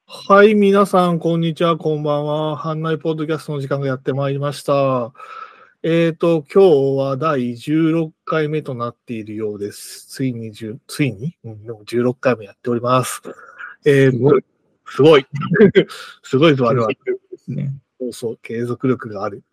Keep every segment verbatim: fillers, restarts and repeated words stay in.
はい、皆さん、こんにちは、こんばんは。阪内ポッドキャストの時間がやってまいりました。えっ、と、今日はだいじゅうろっかいめとなっているようです。ついに、ついに、うん、でもじゅうろっかいめやっております。えっ、と、すごい。すごいぞ、あれは。ね、そうそう、継続力がある。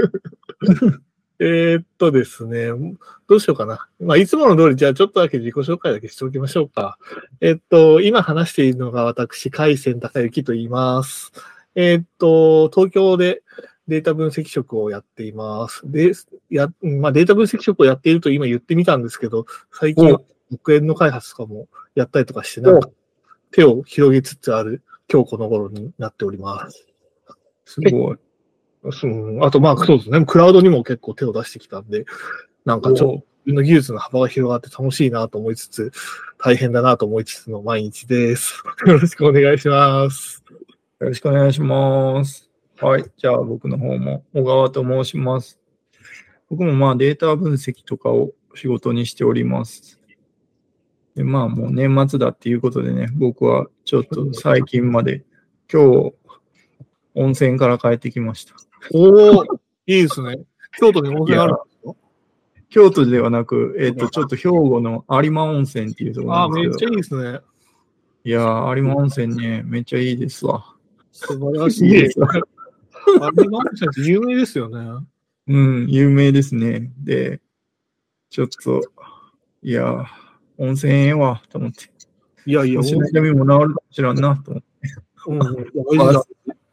えーっとですね、どうしようかな。まあ、いつもの通り、じゃあちょっとだけ自己紹介だけしておきましょうか。えっと、今話しているのが私、海鮮高之と言います。えっと、東京でデータ分析職をやっています。で、や、まあ、データ分析職をやっていると今言ってみたんですけど、最近は保険の開発とかもやったりとかして、なんか手を広げつつある今日この頃になっております。すごい。うん、あと、まあ、そうですね。クラウドにも結構手を出してきたんで、なんかちょっと、自分の技術の幅が広がって楽しいなと思いつつ、大変だなと思いつつの毎日です。よろしくお願いします。 よろしくお願いします。はい。じゃあ、僕の方も小川と申します。僕もまあデータ分析とかを仕事にしております。でまあもう年末だっていうことでね、僕はちょっと最近まで、今日、温泉から帰ってきました。 おー、いいですね。京都に温泉あるんですか？ 京都ではなく、えっ、と、ちょっと兵庫の有馬温泉っていうところああ、 なんですけど。 めっちゃいいですね。 いやー、有馬温泉ね、めっちゃいいですわ。 素晴らしい。いいですわ。有馬温泉って有名ですよね。 うん、有名ですね。で、ちょっと、いやー、温泉ええわ、と思って。 いやいや、 腰の痛みも治るかもしれんな、と思って。 うん、大事だ。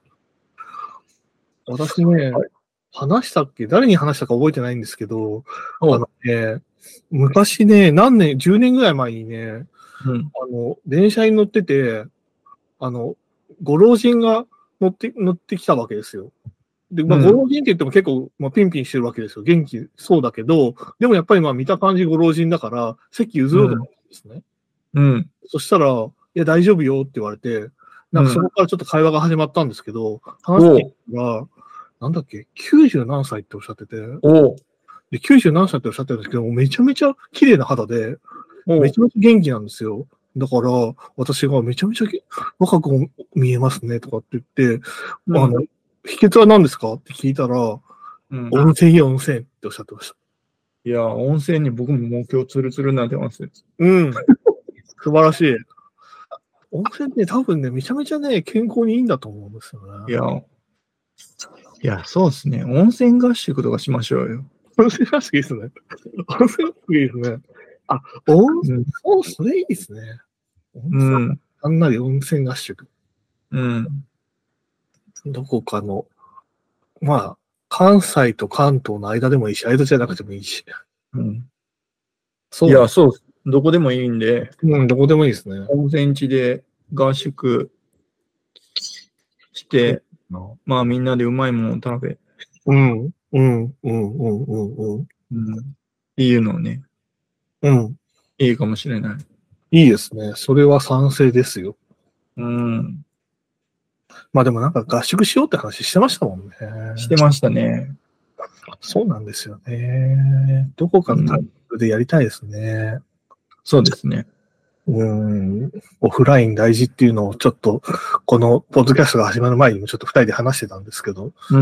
私ね、はい、話したっけ誰に話したか覚えてないんですけど、あのね、昔ね、何年、じゅうねんぐらい前にね、うん、あの、電車に乗ってて、あの、ご老人が乗って、乗ってきたわけですよ。で、まあ、ご老人って言っても結構、まあ、ピンピンしてるわけですよ。元気そうだけど、でもやっぱりまあ見た感じご老人だから、席譲ろうと思ったんですね。うん。うん、そしたら、いや、大丈夫よって言われて、なんかそこからちょっと会話が始まったんですけど、話していたら、なんだっけ、きゅうじゅう何歳っておっしゃってて、できゅうじゅう何歳っておっしゃってるんですけど、めちゃめちゃ綺麗な肌で、めちゃめちゃ元気なんですよ。だから、私がめちゃめちゃ若く見えますねとかって言って、うん、あの、秘訣は何ですかって聞いたら、うん、温泉や温泉っておっしゃってました。 いや、温泉に僕ももう今日ツルツルになってます。 うん。素晴らしい。温泉って多分ね、めちゃめちゃね、健康にいいんだと思うんですよね。 いや、いや、そうですね。温泉合宿とかしましょうよ。 温泉合宿いいですね。温泉合宿いいですね。あ、温泉、うん、それいいですね。温泉、うん、あんなり温泉合宿。うん。どこかの、まあ、関西と関東の間でもいいし、間じゃなくてもいいし。うん。 そう。いや、そう。どこでもいいんで。 うん、どこでもいいですね。 温泉地で合宿して、まあみんなでうまいものを食べ。 うん、うん、うん、うん、うん、うん。 っていうのをね。 うん。 いいかもしれない。 いいですね。それは賛成ですよ。 うん。 まあでもなんか合宿しようって話してましたもんね。 してましたね。 そうなんですよね。どこかのタイミングでやりたいですね。うん、 そうですね。 うん。オフライン大事っていうのをちょっと、このポッドキャストが始まる前にもちょっと二人で話してたんですけど。 うん。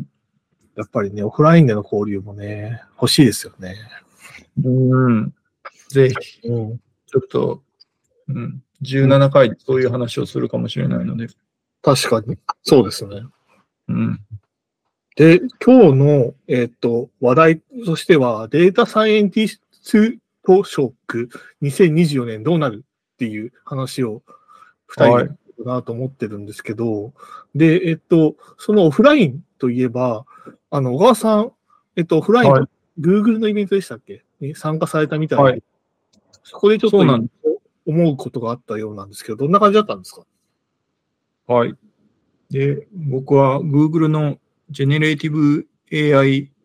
やっぱりね、オフラインでの交流もね、欲しいですよね。 うん。ぜひ、うん、ちょっと、うん、じゅうななかいでそういう話をするかもしれないので。 確かに。そうですね。 うん。 で、今日の、えっと、話題としては、データサイエンティストショックにせんにじゅうよねんどうなるっていう話を二人でなと思ってるんですけど、はい、で、えっと、そのオフラインといえば、あの、小川さん、えっと、オフライン、はい、Google のイベントでしたっけに参加されたみたいで、はい、そこでちょっと思うことがあったようなんですけど、どんな感じだったんですか？ はい。で、僕は Google のジェネレーティブ エーアイ、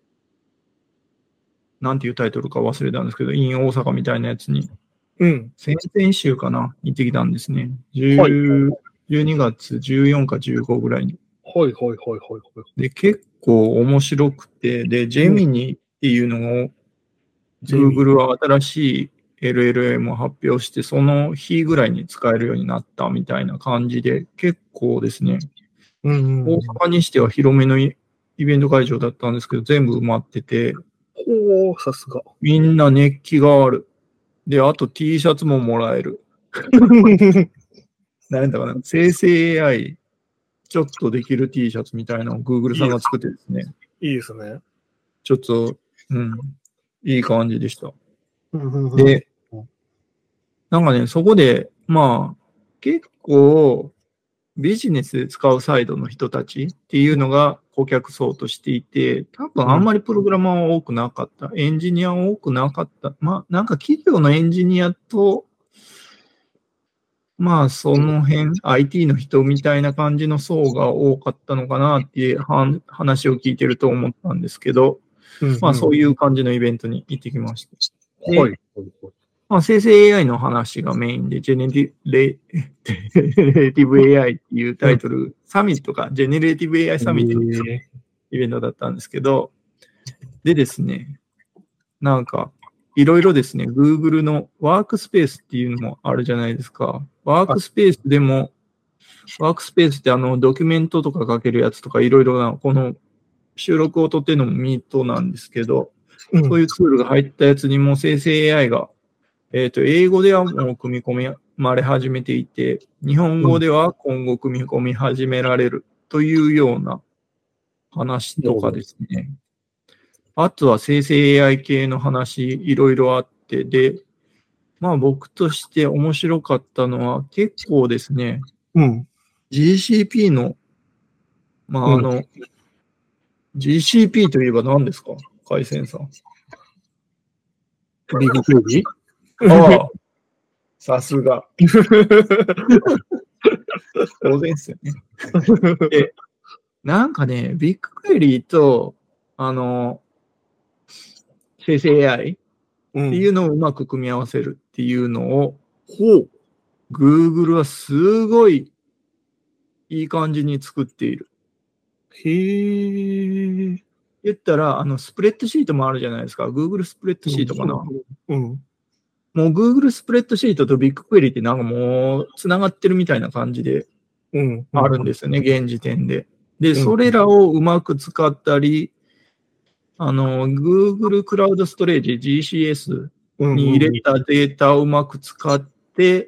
なんていうタイトルか忘れたんですけど、in 大阪みたいなやつに、うん。先々週かな、行ってきたんですね。はい、じゅうにがつじゅうよっかかじゅうごぐらいに。 はいはいはいはい、はい。 で、結構面白くて、で、ジェミニっていうのを、Google は新しいエルエルエー も発表して、その日ぐらいに使えるようになったみたいな感じで、結構ですね、 うんうん、 大阪にしては広めのイベント会場だったんですけど、全部埋まってて、 おー、さすが。 みんな熱気がある。で、あと T シャツももらえる。なんだかな、生成 エーアイ、ちょっとできる T シャツみたいなのを Google さんが作ってですね。 いいですね。 ちょっと、うん、いい感じでした。 うんで、なんかね、そこで、まあ、結構、ビジネスで使うサイドの人たちっていうのが顧客層としていて、多分あんまりプログラマーは多くなかった。エンジニアは多くなかった。まあ、なんか企業のエンジニアと、まあ、その辺、アイティー の人みたいな感じの層が多かったのかなっていう話を聞いてると思ったんですけど、 うんうん、 まあ、そういう感じのイベントに行ってきました。 はい。 まあ、生成 エーアイ の話がメインで、ジェネリレレーティブ エーアイ っていうタイトル、サミットか、ジェネレーティブ エーアイ サミットのイベントだったんですけど、でですね、なんか、いろいろですね、Google のワークスペースっていうのもあるじゃないですか。ワークスペースでも、ワークスペースってあの、ドキュメントとか書けるやつとかいろいろな、この収録を撮ってるのもミートなんですけど、うん、そういうツールが入ったやつにも生成 エーアイ がえっと、英語ではもう組み込まれ始めていて、日本語では今後組み込み始められるというような話とかですね。あとは生成 エーアイ 系の話、いろいろあって、で、まあ僕として面白かったのは結構ですね、 うん、 ジーシーピー の、まああの、うん、ジーシーピー といえば何ですか、海鮮さん。 ビッグクエリああ。さすが。当然ですよね。で、なんかね、ビッグクエリーと、あの、生成 エーアイ っていうのをうまく組み合わせるっていうのを、ほう、Google はすごいいい感じに作っている。 へー。 言ったら、あの、スプレッドシートもあるじゃないですか。Google スプレッドシートかな。 うん。うん、 もう Google スプレッドシートとビッグクエリってなんかもう繋がってるみたいな感じであるんですよね、現時点で。で、それらをうまく使ったり、あの、Google クラウドストレージ ジーシーエス に入れたデータをうまく使って、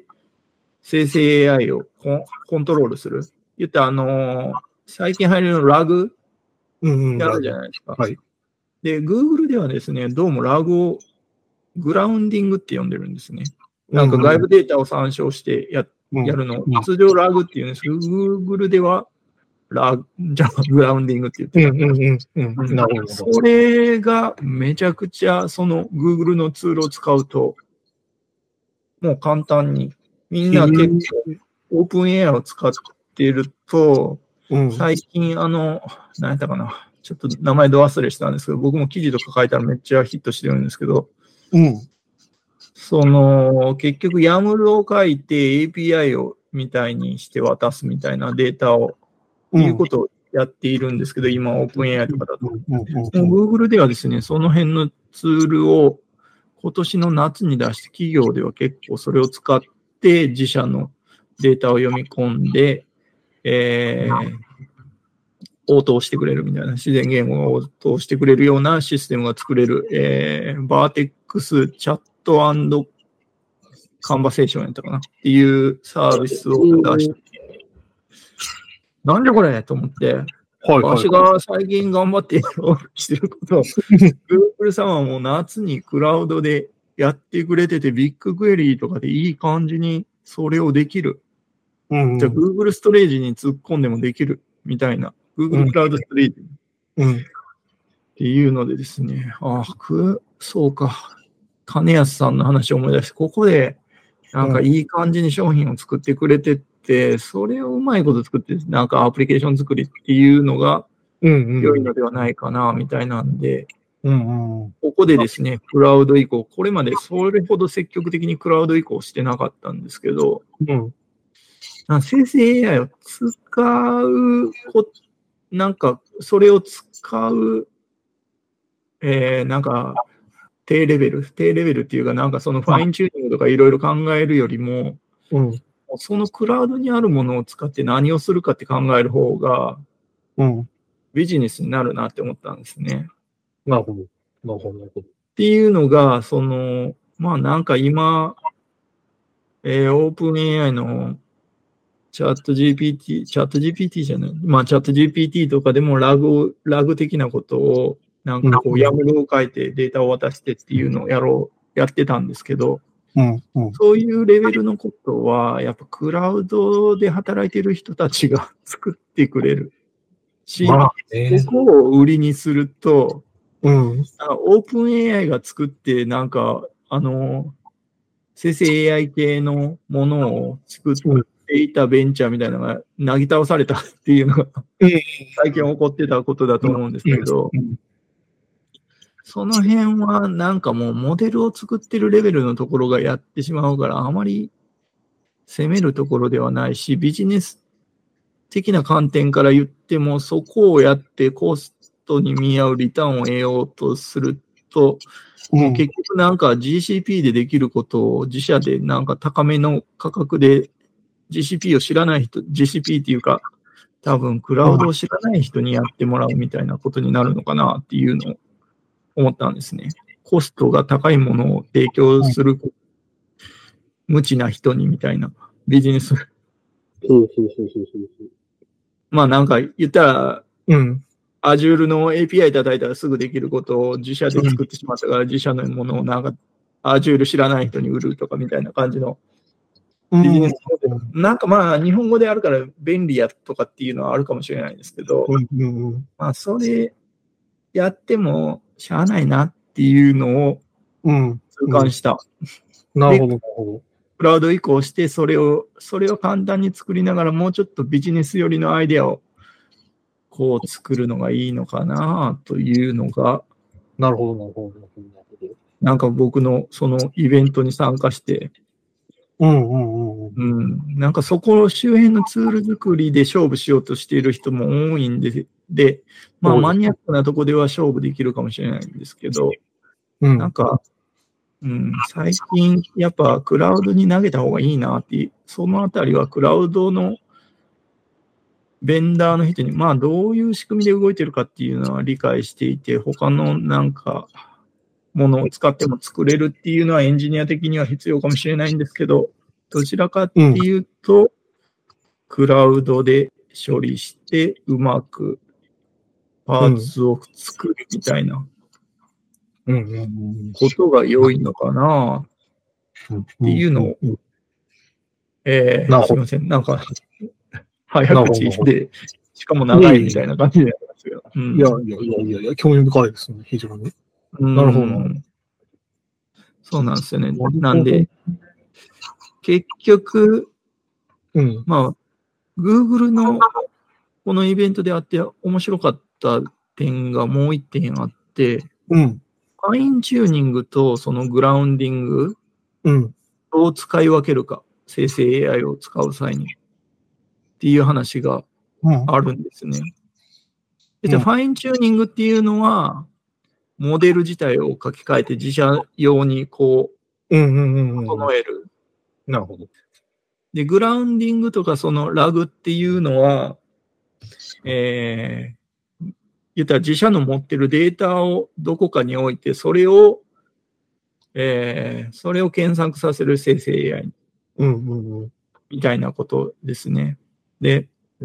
生成 エーアイ をコントロールする。言って、あの、最近入るラグってあるじゃないですか。 はい。 で、Google ではですね、どうもラグをグラウンディングって呼んでるんですね。なんか外部データを参照してや,、やるのを、通常ラグっていうんですけど、Google ではラじゃあグラウンディングって言ってた。なるほど。それがめちゃくちゃその Google のツールを使うと、もう簡単に、みんな結構オープン エーアイ を使っていると、うん、最近あの、何やったかな、ちょっと名前ど忘れしたんですけど、僕も記事とか書いたらめっちゃヒットしてるんですけど、うん、その、結局 ヤムル を書いて エーピーアイ をみたいにして渡すみたいなデータを、いうことをやっているんですけど、今、オープン エーアイ とかだと。Google ではですね、その辺のツールを今年の夏に出して、企業では結構それを使って自社のデータを読み込んで、えー、応答してくれるみたいな、自然言語が応答してくれるようなシステムが作れる、えー、バーテックスチャット&カンバセーションやったかなっていうサービスを出して、なんでこれと思って、はいはい、私が最近頑張ってやろうとしてることを、Google さんはもう夏にクラウドでやってくれてて、ビッグクエリーとかでいい感じにそれをできる。うんうん、じゃあ Google ストレージに突っ込んでもできるみたいな。Google クラウドストレージ、うん、っていうのでですね、ああ、く、そうか。金安さんの話を思い出して、ここでなんかいい感じに商品を作ってくれてて、それをうまいこと作って、なんかアプリケーション作りっていうのが良いのではないかな、みたいなんで、うんうん、ここでですね、クラウド移行、これまでそれほど積極的にクラウド移行してなかったんですけど、うん、生成 エーアイ を使うこ、なんか、それを使う、えー、なんか、 低レベル、低レベルっていうか、なんかそのファインチューニングとかいろいろ考えるよりも、 うん、 そのクラウドにあるものを使って何をするかって考える方が、 うん。 ビジネスになるなって思ったんですね。 なるほど。なるほど、なるほど。 っていうのが、その、まあなんか今、えー、オープン エーアイ のチャット ジーピーティー、チャット ジーピーティー じゃない、まあチャット ジーピーティー とかでもラグ、ラグ的なことを、なんかこう、ヤムルを書いてデータを渡してっていうのをやろう、やってたんですけど、 うんうん、 そういうレベルのことは、やっぱクラウドで働いてる人たちが作ってくれるし、 まあね、 ここを売りにすると、 うん、 オープン エーアイ が作って、なんか、あの、生成 エーアイ 系のものを作っていたベンチャーみたいなのがなぎ倒されたっていうのが、最近起こってたことだと思うんですけど、その辺はなんかもうモデルを作ってるレベルのところがやってしまうから、あまり攻めるところではないし、ビジネス的な観点から言っても、そこをやってコストに見合うリターンを得ようとすると、もう結局なんか ジーシーピー でできることを自社でなんか高めの価格で ジーシーピー を知らない人、ジーシーピー っていうか、多分クラウドを知らない人にやってもらうみたいなことになるのかなっていうのを思ったんですね。コストが高いものを提供する無知な人にみたいなビジネス。まあなんか言ったら、うん、Azure の エーピーアイ 叩いたらすぐできることを自社で作ってしまったから、自社のものをなんか Azure 知らない人に売るとかみたいな感じのビジネスモデル。うん、なんかまあ日本語であるから便利やとかっていうのはあるかもしれないんですけど、うんうん、まあそれやってもしゃあないなっていうのを痛感した。 うん、なるほど、なるほど。 クラウド移行して、それを、それを簡単に作りながら、もうちょっとビジネス寄りのアイデアをこう作るのがいいのかなというのが、 なるほど、なるほど、なるほど。 なんか僕のそのイベントに参加して、 うんうんうん。 うん。なんかそこ周辺のツール作りで勝負しようとしている人も多いんで、で、まあマニアックなとこでは勝負できるかもしれないんですけど、うん、なんか、うん、最近やっぱクラウドに投げた方がいいなって、そのあたりはクラウドのベンダーの人に、まあどういう仕組みで動いてるかっていうのは理解していて、他のなんかものを使っても作れるっていうのはエンジニア的には必要かもしれないんですけど、どちらかっていうと、うん、クラウドで処理してうまくパーツを作るみたいなことが良いのかなっていうのを、えー、すみません、なんか早口で、しかも長いみたいな感じでやりますよ。 うん、いやいやいやいやいや、興味深いですね、非常に。なるほど。 そうなんですよね。なんで、結局、うん、まあ、Google のこのイベントであって面白かった点がもう一点あって、うん、ファインチューニングとそのグラウンディングを使い分けるか、生成 エーアイ を使う際にっていう話があるんですね。うん、でファインチューニングっていうのは、モデル自体を書き換えて自社用にこう、整える。 なるほど。 で、グラウンディングとかそのラグっていうのは、えー、言ったら自社の持ってるデータをどこかに置いて、それを、えー、それを検索させる生成 エーアイ、うんうんうん、みたいなことですね。で、うん、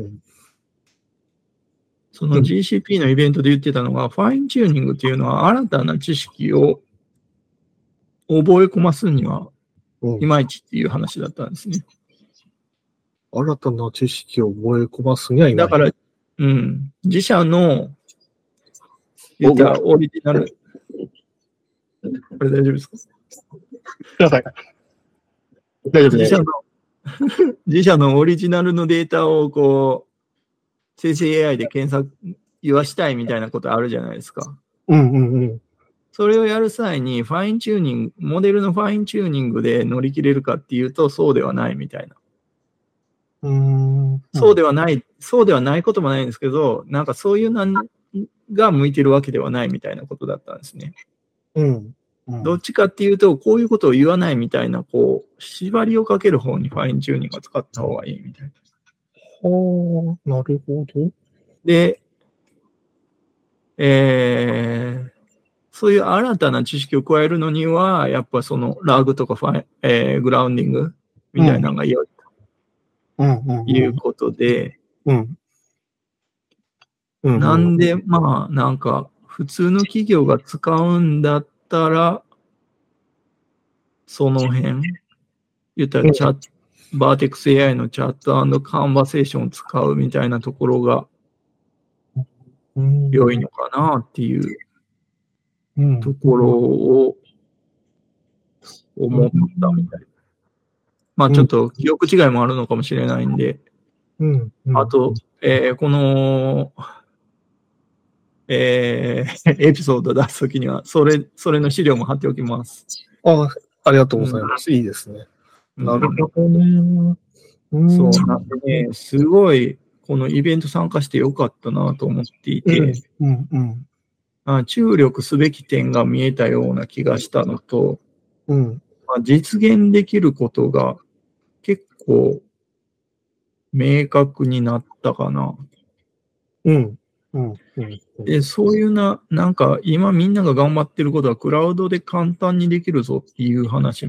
その ジーシーピー のイベントで言ってたのが、うん、ファインチューニングっていうのは新たな知識を覚え込ますには、いまいちっていう話だったんですね。 新たな知識を覚え込ますにはいまいち。 だから、うん、自社の、言ったらオリジナル、これ大丈夫ですか？ 大丈夫です。 自社の、自社のオリジナルのデータをこう、生成 エーアイ で検索、言わしたいみたいなことあるじゃないですか。 うんうんうん。 それをやる際に、ファインチューニング、モデルのファインチューニングで乗り切れるかっていうと、そうではないみたいな。 うーん、 そうではない、そうではないこともないんですけど、なんかそういうのが向いてるわけではないみたいなことだったんですね。 うん。 どっちかっていうと、こういうことを言わないみたいな、こう、縛りをかける方にファインチューニングを使った方がいいみたいな。 はあ、なるほど。 で、えー、そういう新たな知識を加えるのには、やっぱそのラグとかファイ、えー、グラウンディングみたいなのが良いということで、 うんうん、なんで、まあ、なんか、普通の企業が使うんだったら、その辺、言ったらチャット、バーテックス エーアイ のチャット&カンバセーションを使うみたいなところが良いのかなっていうところを思ったみたい。まあちょっと記憶違いもあるのかもしれないんで、あと、えー、この、えー、エピソード出すときには、それ、それの資料も貼っておきます。 あ、ありがとうございます。うん、いいですね。なるほどね。 うん、そう、なんでね、すごい、このイベント参加してよかったなと思っていて、 うんうんあ、注力すべき点が見えたような気がしたのと、 うんまあ、実現できることが結構明確になったかな。 うんうんうんで、そういうな、なんか今みんなが頑張ってることはクラウドで簡単にできるぞっていう話も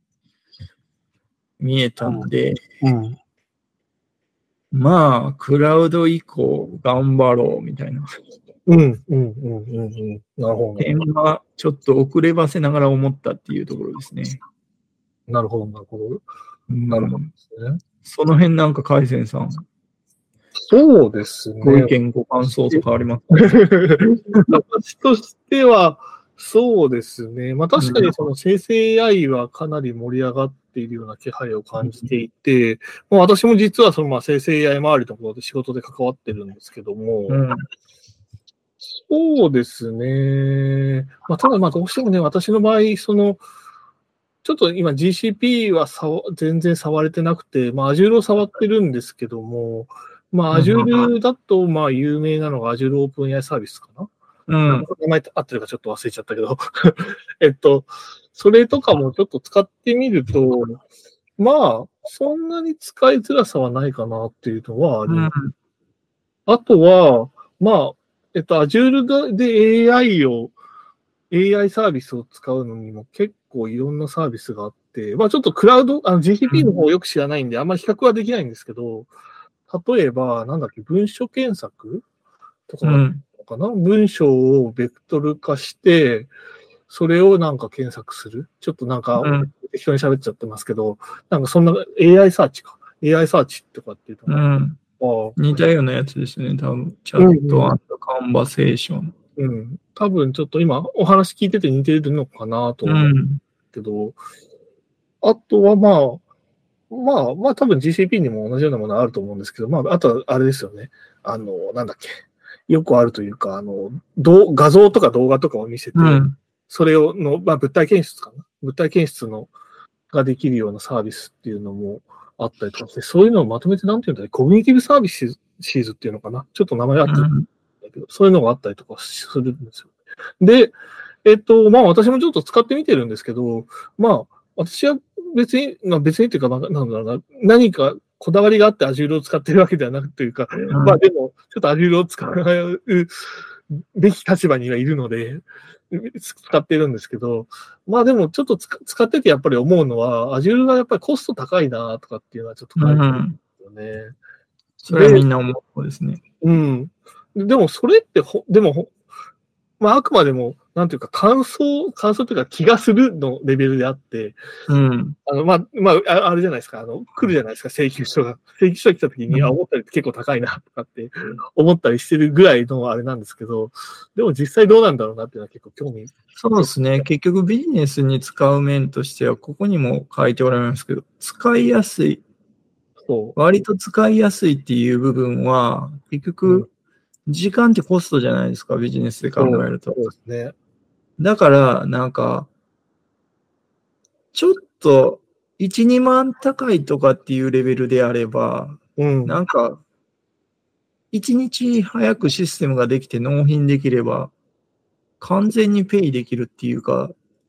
見えたんで、 うんうん、 まあ、クラウド以降頑張ろうみたいな。 うんうんうんうんうん。なるほど。 点はちょっと遅ればせながら思ったっていうところですね。 なるほど、なるほど。なるほどですね。 その辺なんか海鮮さん。 そうですね。 ご意見、ご感想とかありますか？ 私としては、そうですね。まあ確かにその生成 エーアイ はかなり盛り上がっているような気配を感じていて、まあ、私も実はそのまあ生成 エーアイ 周りのことで仕事で関わってるんですけども、うん、そうですね。まあただまあどうしてもね、私の場合、その、ちょっと今 ジーシーピー はさ全然触れてなくて、まあ Azure を触ってるんですけども、まあ Azure だとまあ有名なのが Azure OpenAI サービスかな。うん。名前合ってるかちょっと忘れちゃったけど。えっと、それとかもちょっと使ってみると、まあ、そんなに使いづらさはないかなっていうのはあります。うん、あとは、まあ、えっと、Azure で エーアイ を、エーアイ サービスを使うのにも結構いろんなサービスがあって、まあちょっとクラウド、あの ジーシーピー の方をよく知らないんで、あんまり比較はできないんですけど、例えば、なんだっけ、文書検索とか、うんかな、文章をベクトル化して、それをなんか検索する。ちょっとなんか、適当に喋っちゃってますけど、なんかそんな エーアイ サーチか。エーアイ サーチとかっていうのが、 うん、似たようなやつですね、多分。チャット&カンバセーション。 うん、うん。多分ちょっと今お話聞いてて似てるのかなと思うけど、うん、あとはまあ、まあ、まあ多分 ジーシーピー にも同じようなものあると思うんですけど、まあ、あとはあれですよね。あの、なんだっけ。よくあるというか、あの、画像とか動画とかを見せて、うん、それをの、まあ、物体検出かな。物体検出のができるようなサービスっていうのもあったりとかして、そういうのをまとめて、なんていうんだろう、コミュニティブサービスシーズっていうのかな。ちょっと名前あってるんだけど、うん、そういうのがあったりとかするんですよ。で、えっと、まあ私もちょっと使ってみてるんですけど、まあ私は別に、まあ別にっていうか、なんだろうな、何かこだわりがあって Azure を使ってるわけではなくというか、うん、まあでも、ちょっと Azure を使うべき立場にはいるので、使ってるんですけど、まあでもちょっと使っててやっぱり思うのは、Azure がやっぱりコスト高いなとかっていうのはちょっと感じるんですよね。うん、 それはみんな思うですね。 うん。でもそれってほ、でもまあ、あくまでも、なんていうか、感想、感想というか気がするのレベルであって、うん。あの、まあ、まあ、あれじゃないですか、あの、来るじゃないですか、請求書が。請求書が来た時に、うん、あ、思ったより結構高いな、とかって思ったりしてるぐらいのあれなんですけど、でも実際どうなんだろうなっていうのは結構興味。 そうですね。結局ビジネスに使う面としては、ここにも書いておられますけど、使いやすい。そう。割と使いやすいっていう部分は、結局、うん、時間ってコストじゃないですか、ビジネスで考えると。 そうですね。 だから、なんか、ちょっと、いち、にまん高いとかっていうレベルであれば、うん、なんか、いちにち早くシステムができて納品できれば、完全にペイできるっていうか、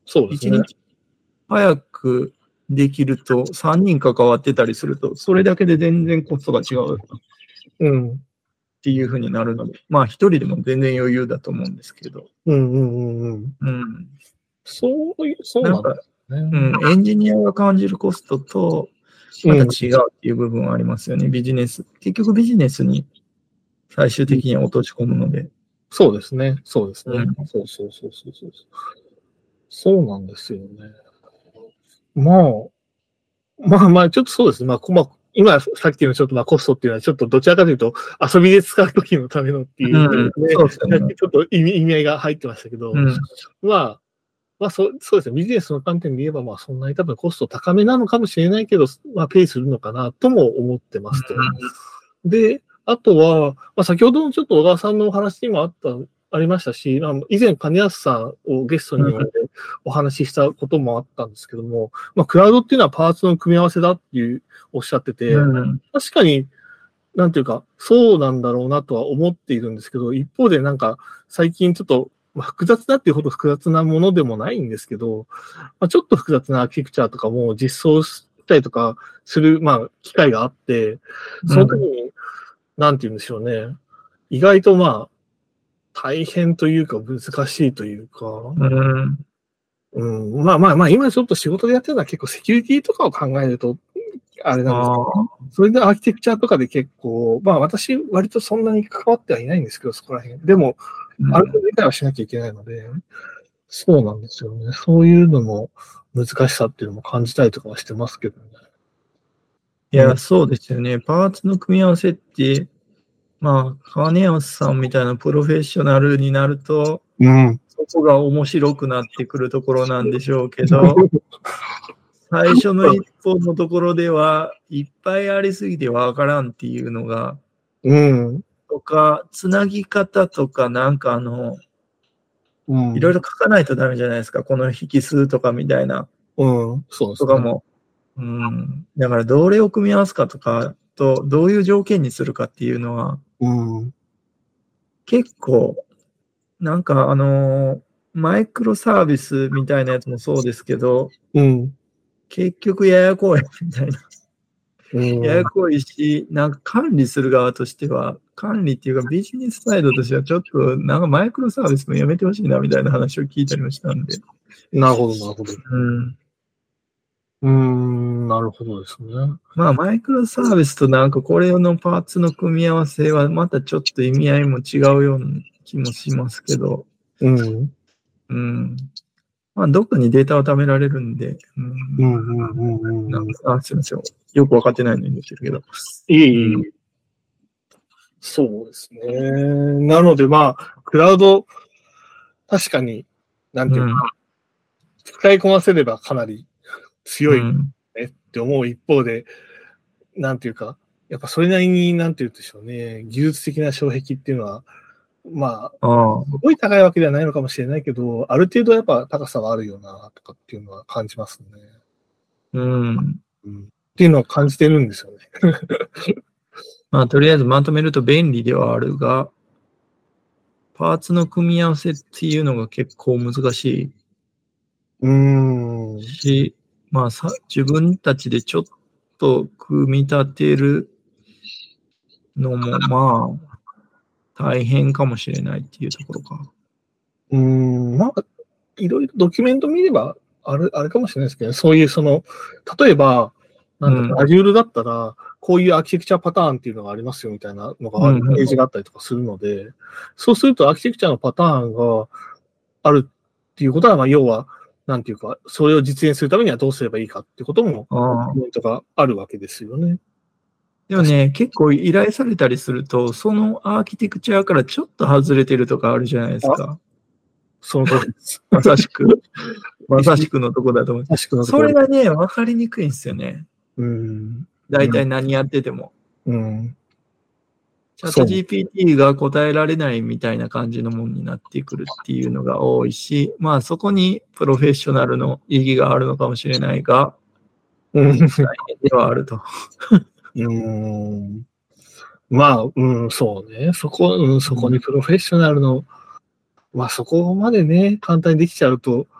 そうですね。 いちにち早くできると、さんにん関わってたりすると、それだけで全然コストが違う。 うん。 っていう風になるので、まあ一人でも全然余裕だと思うんですけど。 うんうんうんうん。 うん。 そういう、そうなんですね。 うん、エンジニアが感じるコストと、また違うっていう部分はありますよね、うん、ビジネス。結局ビジネスに最終的に落とし込むので。 そうですね。そうですね。うん、そうそうそうそうそう。そうなんですよね。まあ、まあまあ、ちょっとそうですね。まあ、まあ、今、さっきのちょっとまあコストっていうのは、ちょっとどちらかというと、遊びで使うときのためのっていう、うん、ね、そうですね、ちょっと意味意味合いが入ってましたけど、うん、まあ、まあそ、そうですね。ビジネスの観点で言えば、まあ、そんなに多分コスト高めなのかもしれないけど、まあ、ペイするのかなとも思ってますと。うん、で、あとは、まあ、先ほどのちょっと小川さんのお話にもあった、ありましたし、まあ、以前、金安さんをゲストに呼んでお話ししたこともあったんですけども、まあ、クラウドっていうのはパーツの組み合わせだっていうおっしゃってて、うん、確かに、なんていうか、そうなんだろうなとは思っているんですけど、一方でなんか、最近ちょっと、まあ、複雑だっていうほど複雑なものでもないんですけど、まあ、ちょっと複雑なアーキテクチャとかも実装したりとかする、まあ、機会があって、その時に、うん、なんて言うんでしょうね。意外とまあ、大変というか難しいというか、うんうん、まあまあまあ、今ちょっと仕事でやってるのは結構セキュリティとかを考えると、あれなんですけど、それでアーキテクチャとかで結構、まあ私割とそんなに関わってはいないんですけど、そこら辺。でも、ある程度理解はしなきゃいけないので、うん、そうなんですよね。そういうのも難しさっていうのも感じたりとかはしてますけどね。 いや、うん、そうですよね。パーツの組み合わせって、まあ、金安さんみたいなプロフェッショナルになると、うん、そこが面白くなってくるところなんでしょうけど、最初の一歩のところではいっぱいありすぎてわからんっていうのが、うん、とか、つなぎ方とかなんかあの、うん、いろいろ書かないとダメじゃないですか、この引数とかみたいな。 うん、そうですね。とかも。うん。だからどれを組み合わすかとかと、どういう条件にするかっていうのは、うん、結構、なんかあの、マイクロサービスみたいなやつもそうですけど、うん、結局ややこいみたいな。うん、ややこいし、なんか管理する側としては、管理っていうかビジネスサイドとしてはちょっとなんかマイクロサービスもやめてほしいなみたいな話を聞いたりもしたんで。 なるほど、なるほど。 うんうーん、なるほどですね。 まあ、マイクロサービスとなんかこれのパーツの組み合わせはまたちょっと意味合いも違うような気もしますけど、うん。うん。まあ、どっかにデータは貯められるんで、うん。うんうんうんうん。なんか、あ、すみません。よくわかってないのに言ってるけど。 いえいえいえ、うん。そうですね。なので、まあ、クラウド、確かに、なんていうか、うん、使いこなせればかなり強いねって思う一方で、うん、なんていうか、やっぱそれなりに、なんていうんでしょうね、技術的な障壁っていうのは、まあ、すごい高いわけではないのかもしれないけど、ある程度やっぱ高さはあるよな、とかっていうのは感じますね。 うん。 うん、っていうのは感じてるんですよね。 まあ、とりあえずまとめると便利ではあるが、パーツの組み合わせっていうのが結構難しい。 うーん。 し、まあさ、自分たちでちょっと組み立てるのも、まあ、大変かもしれないっていうところか。 うーん、まあ、いろいろドキュメント見れば、あれ、あれかもしれないですけど、そういうその、例えば、なんだろう、Azure だったら、こういうアーキテクチャパターンっていうのがありますよみたいなのが、ページがあったりとかするので、うんうん、そうするとアーキテクチャのパターンがあるっていうことは、まあ、要は、なんていうか、それを実現するためにはどうすればいいかっていうことも、ドキュメントがあるわけですよね。 でもね、結構依頼されたりすると、そのアーキテクチャからちょっと外れてるとかあるじゃないですか。 その通りです。 まさしく。まさしくのとこだと思う。それがね、分かりにくいんですよね。うん。大体何やってても。うん。チャット ジーピーティー が答えられないみたいな感じのものになってくるっていうのが多いし、まあそこにプロフェッショナルの意義があるのかもしれないが、大変ではあると。 うん。まあ、うん、そうね。そこ、うん、そこにプロフェッショナルの、まあそこまでね、簡単にできちゃうと、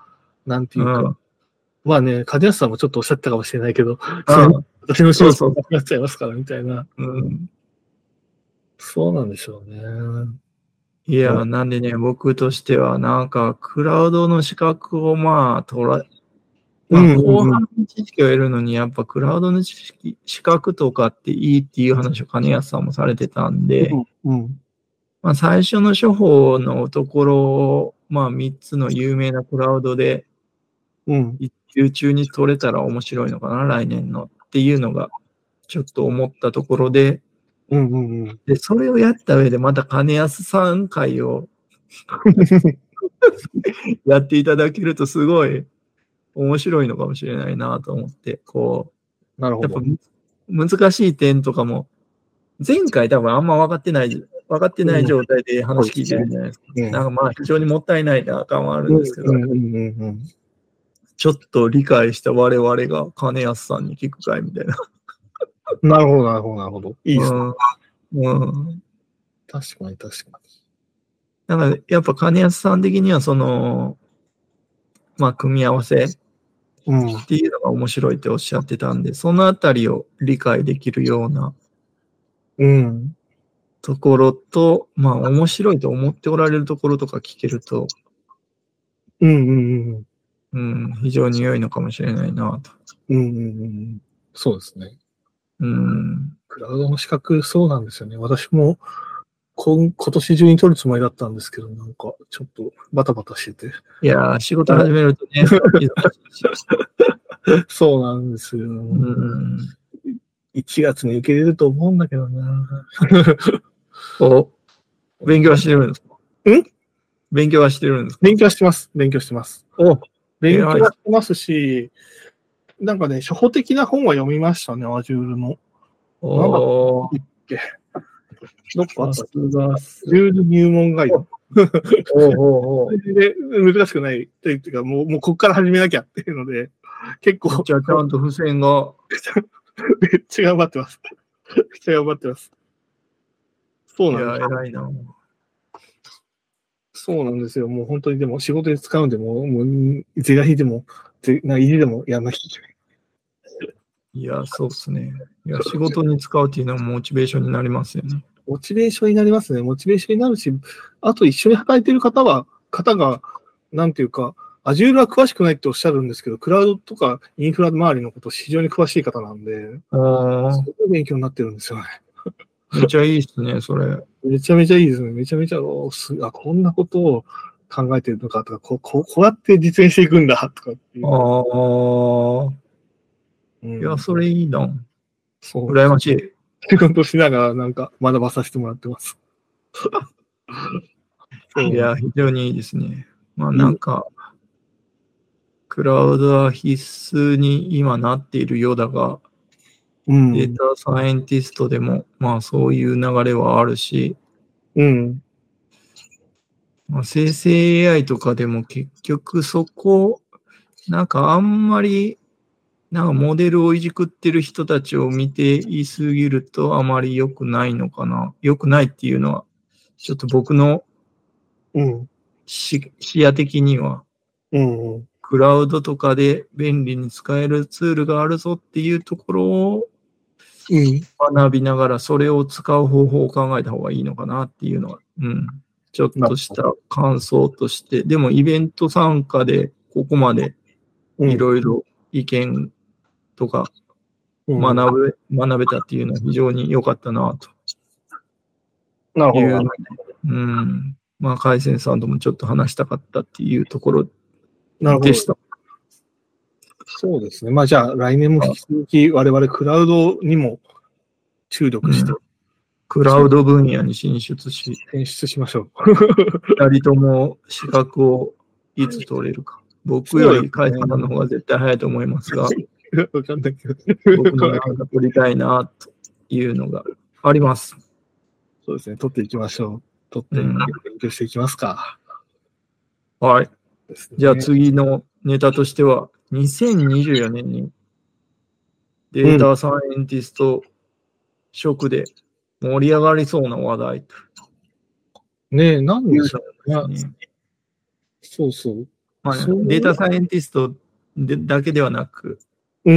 なんていうか、うん、まあね、金安さんもちょっとおっしゃったかもしれないけど、 私の仕事なくなっちゃいますからみたいな。 うん、 そうなんでしょうね。 いや、なんでね、僕としては、なんか、クラウドの資格をまあ、取ら、まあ、後半の知識を得るのに、やっぱクラウドの知識、資格とかっていいっていう話を金安さんもされてたんで、 うんうん、 まあ、最初の処方のところを、まあ、みっつの有名なクラウドで、一級中に取れたら面白いのかな、来年のっていうのが、ちょっと思ったところで、 うんうんうん、 で、それをやった上で、また金安さん会をやっていただけると、すごい面白いのかもしれないなと思って、こう、なるほど。 やっぱ難しい点とかも、前回多分あんま分かってない、分かってない状態で話聞いてるじゃないですか。うん、なんかまあ非常にもったいないな感はあるんですけど、ちょっと理解した我々が金安さんに聞く会みたいな。 なるほど、なるほど、なるほど。いいですね。 うん。うん、 確かに、確かに。 だからやっぱ金安さん的にはその、まあ組み合わせっていうのが面白いっておっしゃってたんで、そのあたりを理解できるようなところと、うん、まあ面白いと思っておられるところとか聞けると、 うんうんうん。 うん、非常に良いのかもしれないなと。 うんうんうん。そうですね。 うん。 クラウドの資格、そうなんですよね。私も今、今年中に取るつもりだったんですけど、なんかちょっとバタバタしてて。 いやー、仕事始めるとね。 そうなんですよ。うん、いちがつに受け入れると思うんだけどな。 お、勉強はしてるんですか？ ん勉強はしてるんですか？ 勉強はしてます。勉強してます。 お、 勉強はしてますし、なんかね、初歩的な本は読みましたね、Azure の。 おー。けどっかあった Azure 入門ガイド。 おおおで難しくないというか、もう、もうここから始めなきゃっていうので、結構。 じゃあちゃんと付箋が。 めっちゃ頑張ってます。めっちゃ頑張ってます。そうなんです。 いや、偉いな。 そうなんですよ。もう本当にでも仕事で使うんで、もう、もう、是が非でも、ぜな意地でもやんなきゃいけない。 いや、そうですね。いや、仕事に使うっていうのはモチベーションになりますよね。 モチベーションになりますね。モチベーションになるし、あと一緒に働いている方は、方が、なんていうか、Azure は詳しくないっておっしゃるんですけど、クラウドとかインフラ周りのこと非常に詳しい方なんで、すごい勉強になってるんですよね。 めっちゃいいですね、それ。 めちゃめちゃいいですね。めちゃめちゃ、あ、こんなことを考えてるのかとか、こうこうこうやって実現していくんだとかっていう。 ああ。うん、いや、それいいな。そう。羨ましい。 仕事しながらなんか学ばさせてもらってます。 いや、非常にいいですね。まあなんか、クラウドは必須に今なっているようだが、うん、データサイエンティストでも、まあそういう流れはあるし、 うん。 まあ、生成 エーアイ とかでも結局そこ、なんかあんまり、なんかモデルをいじくってる人たちを見ていすぎるとあまり良くないのかな。良くないっていうのは、ちょっと僕の視野的には、 うんうん、 クラウドとかで便利に使えるツールがあるぞっていうところを学びながら、それを使う方法を考えた方がいいのかなっていうのは、うん、ちょっとした感想として、でもイベント参加でここまでいろいろ意見とか学べ、学べたっていうのは非常に良かったなと。 なるほど。 うん。まあ、海鮮さんともちょっと話したかったっていうところでした。 そうですね。まあじゃあ来年も引き続き我々クラウドにも注力して、うん、 クラウド分野に進出し、 進出しましょう。 二人とも資格をいつ取れるか。僕より海鮮さんの方が絶対早いと思いますが、わかんないけど僕もなんか取りたいなというのがあります。 そうですね。取っていきましょう。取って勉強していきますか。 うん、はい。じゃあ次のネタとしては、にせんにじゅうよねんにデータサイエンティスト職で盛り上がりそうな話題。 ねえ、なんでしょうね。そうそう。 まあ、データサイエンティストでだけではなく、 うん。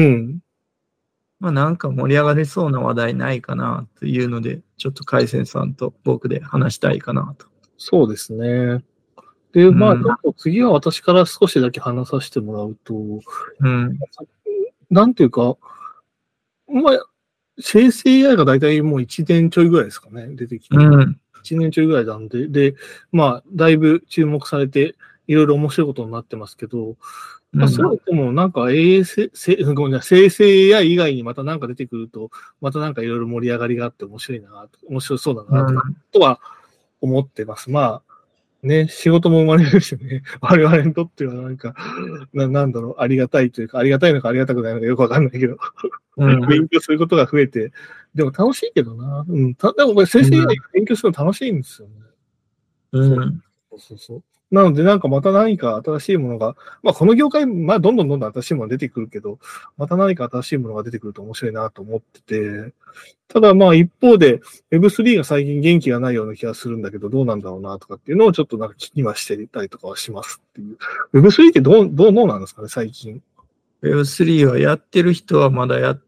まあ、なんか盛り上がりそうな話題ないかなというので、ちょっと海鮮さんと僕で話したいかなと。 そうですね。で、うん、まあ、ちょっと次は私から少しだけ話させてもらうと、 うん、 なんていうか、まあ、生成 エーアイ が大体もういちねんちょいぐらいですかね、出てきて。うん、いちねんちょいぐらいなんで、で、まあ、だいぶ注目されて、いろいろ面白いことになってますけど、まあ、そう言っても、なんか エーエス、ごめんなさい、生成 エーアイ 以外にまたなんか出てくると、またなんかいろいろ盛り上がりがあって面白いな、面白そうだな、とは思ってます。まあ、ね、仕事も生まれるしね、我々にとってはなんか、ななんだろう、ありがたいというか、ありがたいのかありがたくないのかよくわかんないけど、うん、勉強することが増えて、でも楽しいけどな、うん、たでもこれ生成 エーアイ 勉強するの楽しいんですよね。 うん、 そうそうそう。なので、なんかまた何か新しいものが、まあこの業界、まあどんどんどんどん新しいものが出てくるけど、また何か新しいものが出てくると面白いなと思ってて、ただまあ一方で ウェブスリー が最近元気がないような気がするんだけど、どうなんだろうなとかっていうのをちょっとなんか気にはしていたりとかはしますっていう。ウェブスリー ってどう、どう、どうなんですかね、最近。 ウェブスリー はやってる人はまだやって、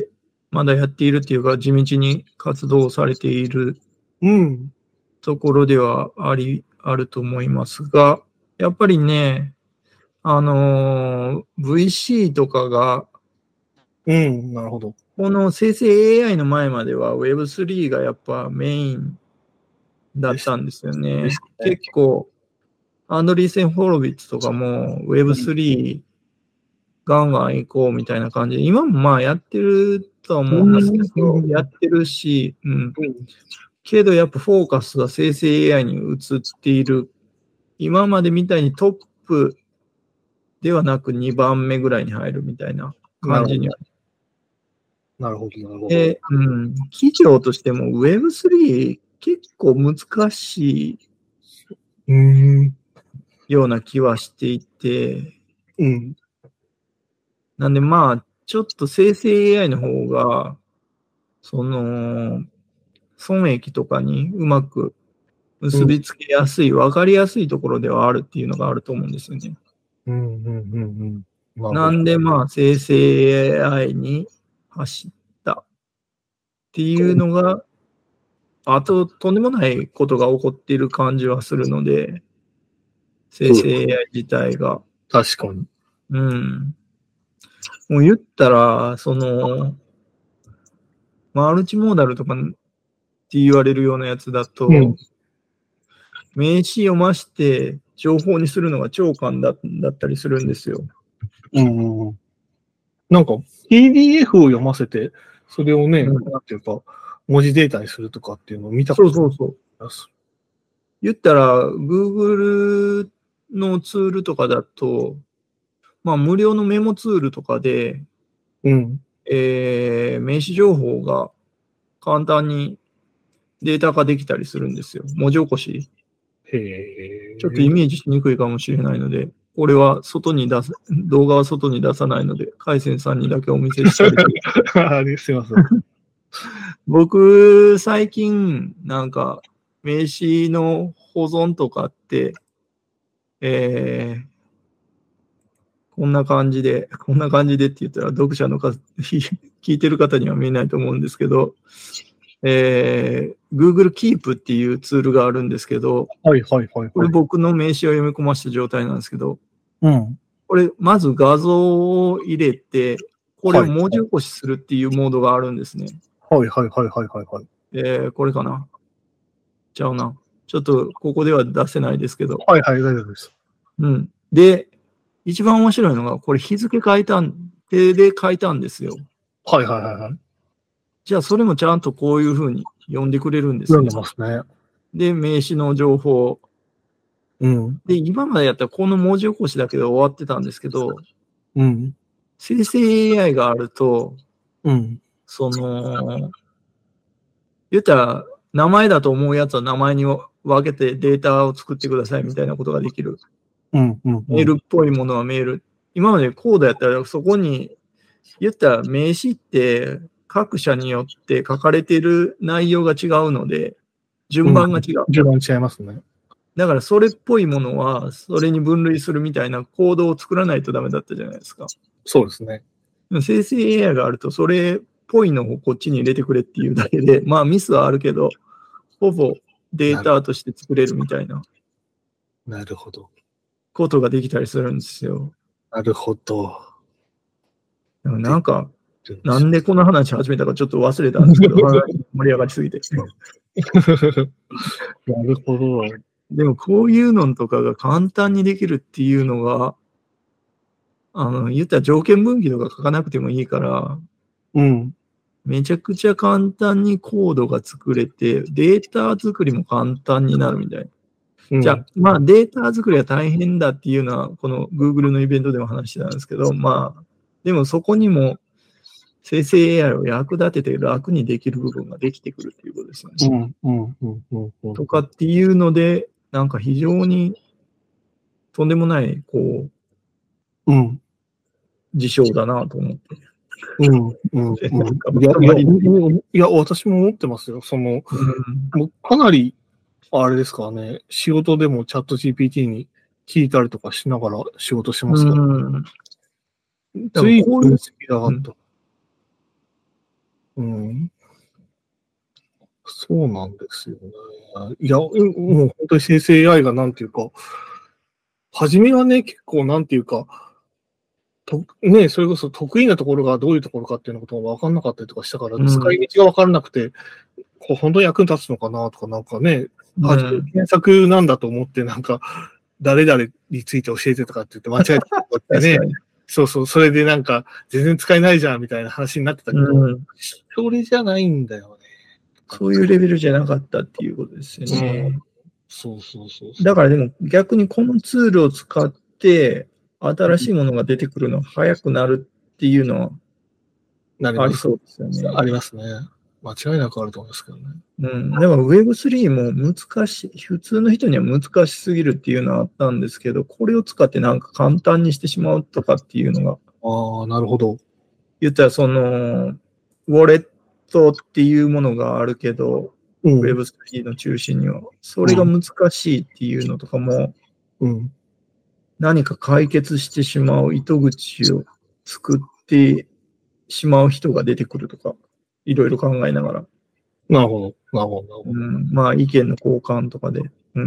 まだやっているっていうか、地道に活動されているところではあり、あると思いますが、やっぱりね、あのー、ブイシー とかが、 うん、なるほど。 この生成 エーアイ の前までは ウェブスリー がやっぱメインだったんですよね。ね結構、アンドリーセン・ホロビッツとかも ウェブスリー ガンガン行こうみたいな感じで、今もまあやってるとは思うんですけど、やってるし、うん。けどやっぱフォーカスが生成 エーアイ に移っている。今までみたいにトップではなくにばんめぐらいに入るみたいな感じには。 なるほど、なるほど。 で、うん。企業としても ウェブスリー 結構難しいような気はしていて、 うん。 なんでまあ、ちょっと生成 エーアイ の方が、その、損益とかにうまく結びつけやすい、わ、うん、かりやすいところではあるっていうのがあると思うんですよね。 うんうんうんうん。 なんでまあ、生成 エーアイ に走ったっていうのが、あと、とんでもないことが起こっている感じはするので、生成 エーアイ 自体が。 確かに。 うん。もう言ったら、その、マルチモーダルとかって言われるようなやつだと、うん、名詞読まして情報にするのが超簡単だったりするんですよ。 うん。なんか ピーディーエフ を読ませて、それをね、うん、なんていうか、文字データにするとかっていうのを見たことそうそうそう。言ったら、Google のツールとかだと、まあ、無料のメモツールとかで、 うんえー、名詞情報が簡単にデータ化できたりするんですよ。文字起こし。 へちょっとイメージしにくいかもしれないので、これは外に出す、動画は外に出さないので、海鮮さんにだけお見せしたりとか。あれ、すいません。 僕、最近、なんか、名詞の保存とかって、えー、こんな感じで、こんな感じでって言ったら、読者の方、聞いてる方には見えないと思うんですけど、えー、Google Keep っていうツールがあるんですけど、 はいはいはい、はい。 これ僕の名詞を読み込ました状態なんですけど、 うん。 これ、まず画像を入れて、これを文字起こしするっていうモードがあるんですね。 はいはいはいはいはい、はい。 えー、これかな。ちゃうな。ちょっとここでは出せないですけど。 はいはい、大丈夫です。 うん。で、一番面白いのが、これ日付書いたん、手で書いたんですよ。 はいはいはいはい。 じゃあ、それもちゃんとこういうふうに読んでくれるんですね。 読んでますね。 で、名詞の情報。 うん。 で、今までやったらこの文字起こしだけで終わってたんですけど、 うん。 生成 エーアイ があると、 うん。 その、言ったら、名前だと思うやつは名前に分けてデータを作ってくださいみたいなことができる。 うんうんうん、 メールっぽいものはメール。今までコードやったらそこに、言ったら名詞って各社によって書かれている内容が違うので、順番が違う。 うん、順番違いますね。 だからそれっぽいものは、それに分類するみたいなコードを作らないとダメだったじゃないですか。 そうですね。 生成 エーアイ があると、それっぽいのをこっちに入れてくれっていうだけで、まあミスはあるけど、ほぼデータとして作れるみたいな。 なるほど。 ことができたりするんですよ。 なるほど。 なんか、なんでこの話始めたかちょっと忘れたんですけど、盛り上がりすぎて。 なるほど。 でもこういうのとかが簡単にできるっていうのが、あの、言ったら条件分岐とか書かなくてもいいから、 うん。 めちゃくちゃ簡単にコードが作れて、データ作りも簡単になるみたいな。うん、じゃあ、まあデータ作りは大変だっていうのは、この Google のイベントでも話してたんですけど、まあ、でもそこにも生成 エーアイ を役立てて楽にできる部分ができてくるっていうことですよね。 うんうんうんうんうん、 とかっていうので、なんか非常にとんでもない、こう、うん、 事象だなと思って。 うんうんうん、いやいや、いや、私も思ってますよ。その、うん、もうかなり、あれですかね、仕事でもチャット ジーピーティー に聞いたりとかしながら仕事しますから。うん、ついこういう好きだった。うん、うん。そうなんですよね。いや、もう本当に生成 エーアイ がなんていうか、初めはね、結構なんていうか、とね、それこそ得意なところがどういうところかっていうのことが分かんなかったりとかしたから、うん、使い道が分からなくて、こう本当に役に立つのかなとか、なんかね、うん、初め検索なんだと思って、なんか、誰々について教えてとかって言って間違えてってね、そうそう、それでなんか、全然使えないじゃんみたいな話になってたけど、うん、それじゃないんだよね。 そういうレベルじゃなかったっていうことですよね。うん、 そうそうそうそう。 だからでも逆にこのツールを使って、新しいものが出てくるのが早くなるっていうのはありそうですよね。 ありますね。間違いなくあると思うんですけどね。 うん。でも ウェブスリー も難しい、普通の人には難しすぎるっていうのはあったんですけど、これを使ってなんか簡単にしてしまうとかっていうのが。 ああ、なるほど。 言ったらその、ウォレットっていうものがあるけど、うん、ウェブスリー の中心には。それが難しいっていうのとかも、うん、何か解決してしまう糸口を作ってしまう人が出てくるとか、いろいろ考えながら。 なるほど、なるほど。 うん、まあ、意見の交換とかで。うん。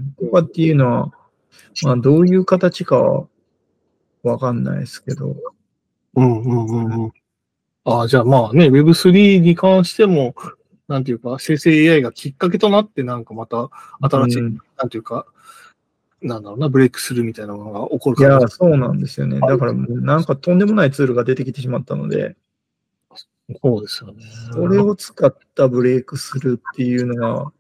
とかっていうのは、まあ、どういう形かはわかんないですけど。 うんうんうんうん。ああ、じゃあまあね、ウェブスリー に関しても、なんていうか、生成 エーアイ がきっかけとなって、なんかまた新しい、うん、なんていうか、なんだろうな、ブレイクスルーみたいなのが起こるかも。いや、そうなんですよね。だから、なんかとんでもないツールが出てきてしまったので、 そうですよね。 それを使ったブレイクスルーっていうのが、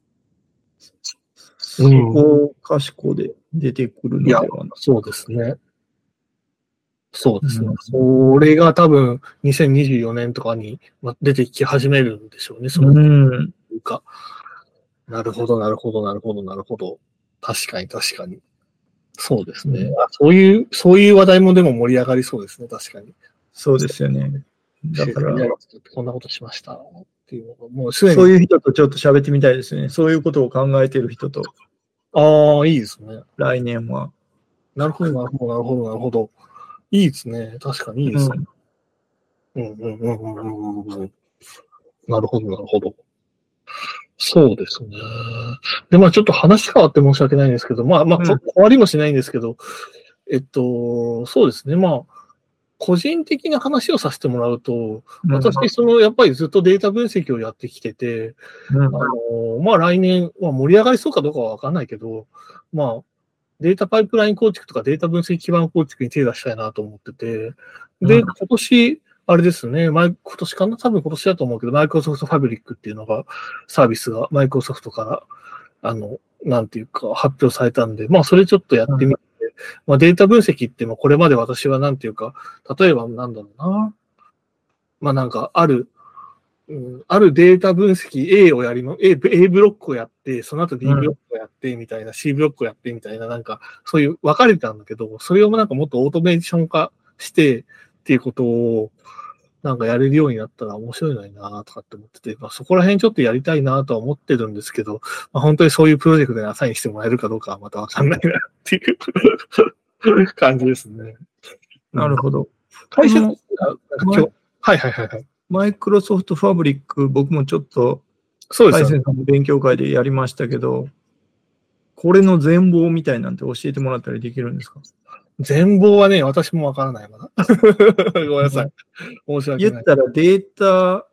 そこかしこで出てくるのではない、 うん、そうですね。そうですね。うん、それが多分にせんにじゅうよねんとかに出てき始めるんでしょうね。その、うん、か。なるほど、なるほど、なるほど、なるほど。確かに、確かに。そうですね、うん、あ。そういう、そういう話題もでも盛り上がりそうですね、確かに。 そうですよね。だから、 こんなことしましたっていうのが、 もうすでに。そういう人とちょっと喋ってみたいですね。そういうことを考えている人と。 ああ、いいですね。 来年は。 なるほど、なるほど、なるほど、なるほど。いいですね。確かにいいですね。うん、うん、うん、うん、うん、うん。なるほど、なるほど。そうですね。で、まあちょっと話変わって申し訳ないんですけど、まあまあ、変わりもしないんですけど、えっと、そうですね。まあ、個人的な話をさせてもらうと、私、その、やっぱりずっとデータ分析をやってきてて、うん、あの、まあ来年、まあ盛り上がりそうかどうかはわかんないけど、まあ、データパイプライン構築とかデータ分析基盤構築に手出したいなと思ってて、で、今年、あれですね、今年かな多分今年だと思うけど、マイクロソフトファブリックっていうのが、サービスがマイクロソフトから、あの、なんていうか発表されたんで、まあそれちょっとやってみて、うん、まあデータ分析って、これまで私はなんていうか、例えばなんだろうな、まあなんかある、うん、あるデータ分析 A をやりま、A、A ブロックをやって、その後 B ブロックをやってみたいな、うん、C ブロックをやってみたいな、なんか、そういう分かれてたんだけど、それをなんかもっとオートメーション化してっていうことを、 なんかやれるようになったら面白いのになとかって思ってて、まあ、そこら辺ちょっとやりたいなとは思ってるんですけど、まあ、本当にそういうプロジェクトにアサインしてもらえるかどうかはまたわかんないなっていう感じですね。 なるほど。 会社なんか今日、はいはいはいはい。 マイクロソフトファブリック、僕もちょっと、 そうですよね。 海鮮さんの勉強会でやりましたけど、これの全貌みたいなんて教えてもらったりできるんですか？ 全貌はね、私もわからないまだ。ごめんなさい。申し訳ない。 言ったらデータ、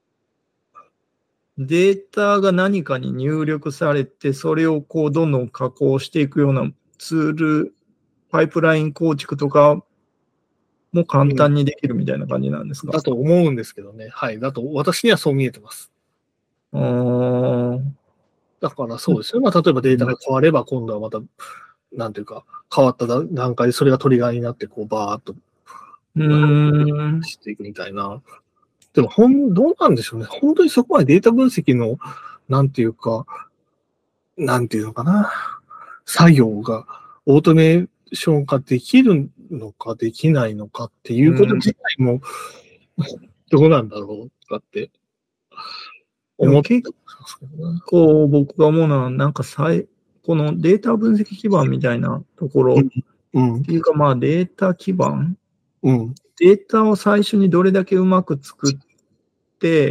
データが何かに入力されて、それをこうどんどん加工していくようなツール、パイプライン構築とかも簡単にできるみたいな感じなんですか？ だと思うんですけどね。はい。だと、私にはそう見えてます。 あーだからそうですね。まあ、例えばデータが変われば、今度はまた、なんていうか、変わった段階でそれがトリガーになって、こう、バーっと、 うーん。 していくみたいな。でも、ほん、どうなんでしょうね。本当にそこまでデータ分析の、なんていうか、なんていうのかな。作業がオートメーション化できるのかできないのかっていうこと自体も、どうなんだろうとかって思ってますけどね。 こう僕が思うのは、なんかさい、このデータ分析基盤みたいなところ、 うん。 っていうかまあデータ基盤、 うん。 データを最初にどれだけうまく作って、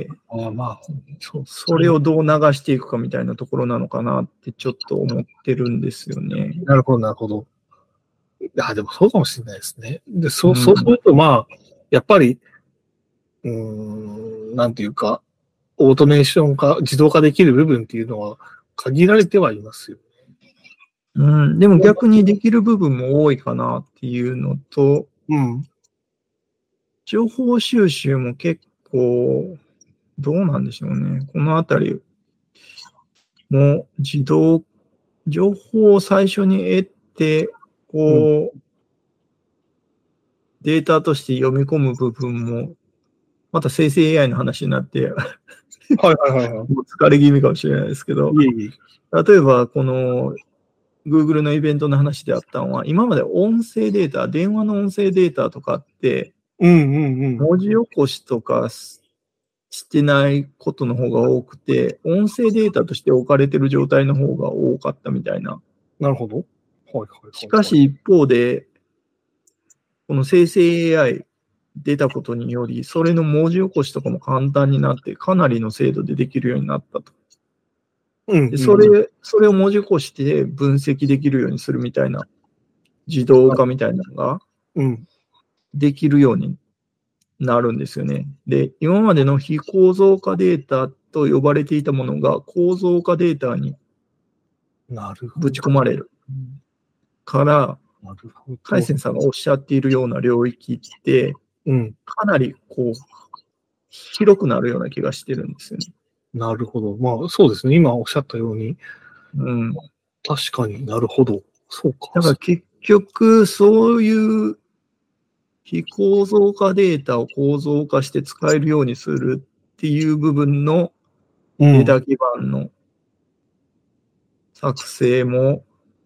ああ、まあ、そう。 それをどう流していくかみたいなところなのかなってちょっと思ってるんですよね。 なるほど、なるほど。あ、でもそうかもしれないですね。で、そう、そうすると、まあ、やっぱり、うーん、なんていうか、オートメーション化、自動化できる部分っていうのは限られてはいますよ。 うん、でも逆にできる部分も多いかなっていうのと、 うん。 情報収集も結構、どうなんでしょうね。このあたりも自動、情報を最初に得て、こう、データとして読み込む部分も、また生成 エーアイ の話になって、 はいはいはいはい。 もう疲れ気味かもしれないですけど、 いえいえ。 例えばこの Google のイベントの話であったのは、今まで音声データ、電話の音声データとかって、 うんうんうん。 文字起こしとかしてないことの方が多くて、音声データとして置かれてる状態の方が多かったみたいな。 なるほど。はいはいはい。 しかし一方で、この生成 エーアイ 出たことにより、それの文字起こしとかも簡単になって、かなりの精度でできるようになったと。 うんでそれ、それを文字起こして分析できるようにするみたいな、自動化みたいなのができるようになるんですよね。で、今までの非構造化データと呼ばれていたものが構造化データにぶち込まれるから、海鮮さんがおっしゃっているような領域って、かなりこう、広くなるような気がしてるんですよね。 なるほど。まあ、そうですね。今おっしゃったように。 うん。 確かになるほど。そうか。 だから結局、そういう非構造化データを構造化して使えるようにするっていう部分のデータ基盤の作成も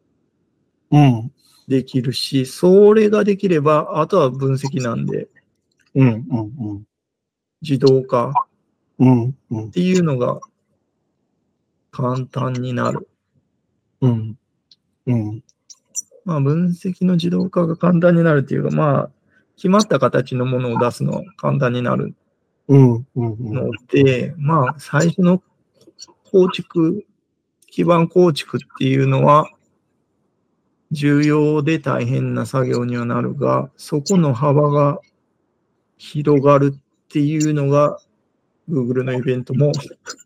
できるし、うん、それができれば、あとは分析なんで、 うんうんうん、 自動化っていうのが簡単になる。 うんうん、 まあ、分析の自動化が簡単になるっていうか、まあ、決まった形のものを出すのは簡単になるので、まあ、最初の構築、基盤構築っていうのは、重要で大変な作業にはなるが、そこの幅が広がるっていうのが、Google のイベントも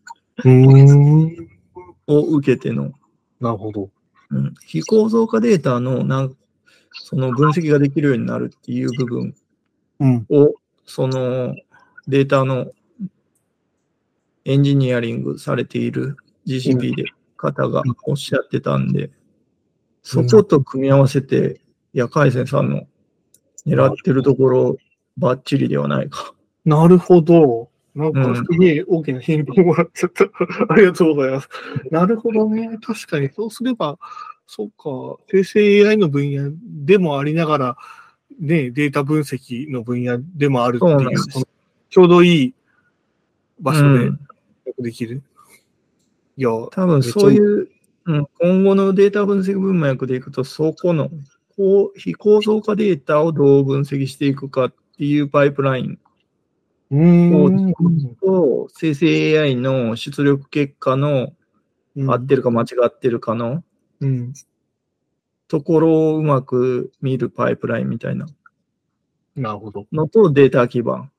を受けての、 なるほど。 うん、非構造化データのなんその分析ができるようになるっていう部分を、うん、そのデータのエンジニアリングされている ジーシーピー で方がおっしゃってたんで、そこと組み合わせて、いや、海鮮さんの狙ってるところ、ばっちりではないか。 なるほど。なんかすげえ大きなヒントをもらっちゃった。ありがとうございます。なるほどね。確かにそうすれば、そうか、生成 エーアイ の分野でもありながら、ね、データ分析の分野でもあるっていう。 ちょうどいい場所でできる。うん、 いや、多分そういう、うん、今後のデータ分析文脈でいくと、そこの非構造化データをどう分析していくかっていうパイプラインをと生成 エーアイ の出力結果の合ってるか間違ってるかのところをうまく見るパイプラインみたいなのとデータ基盤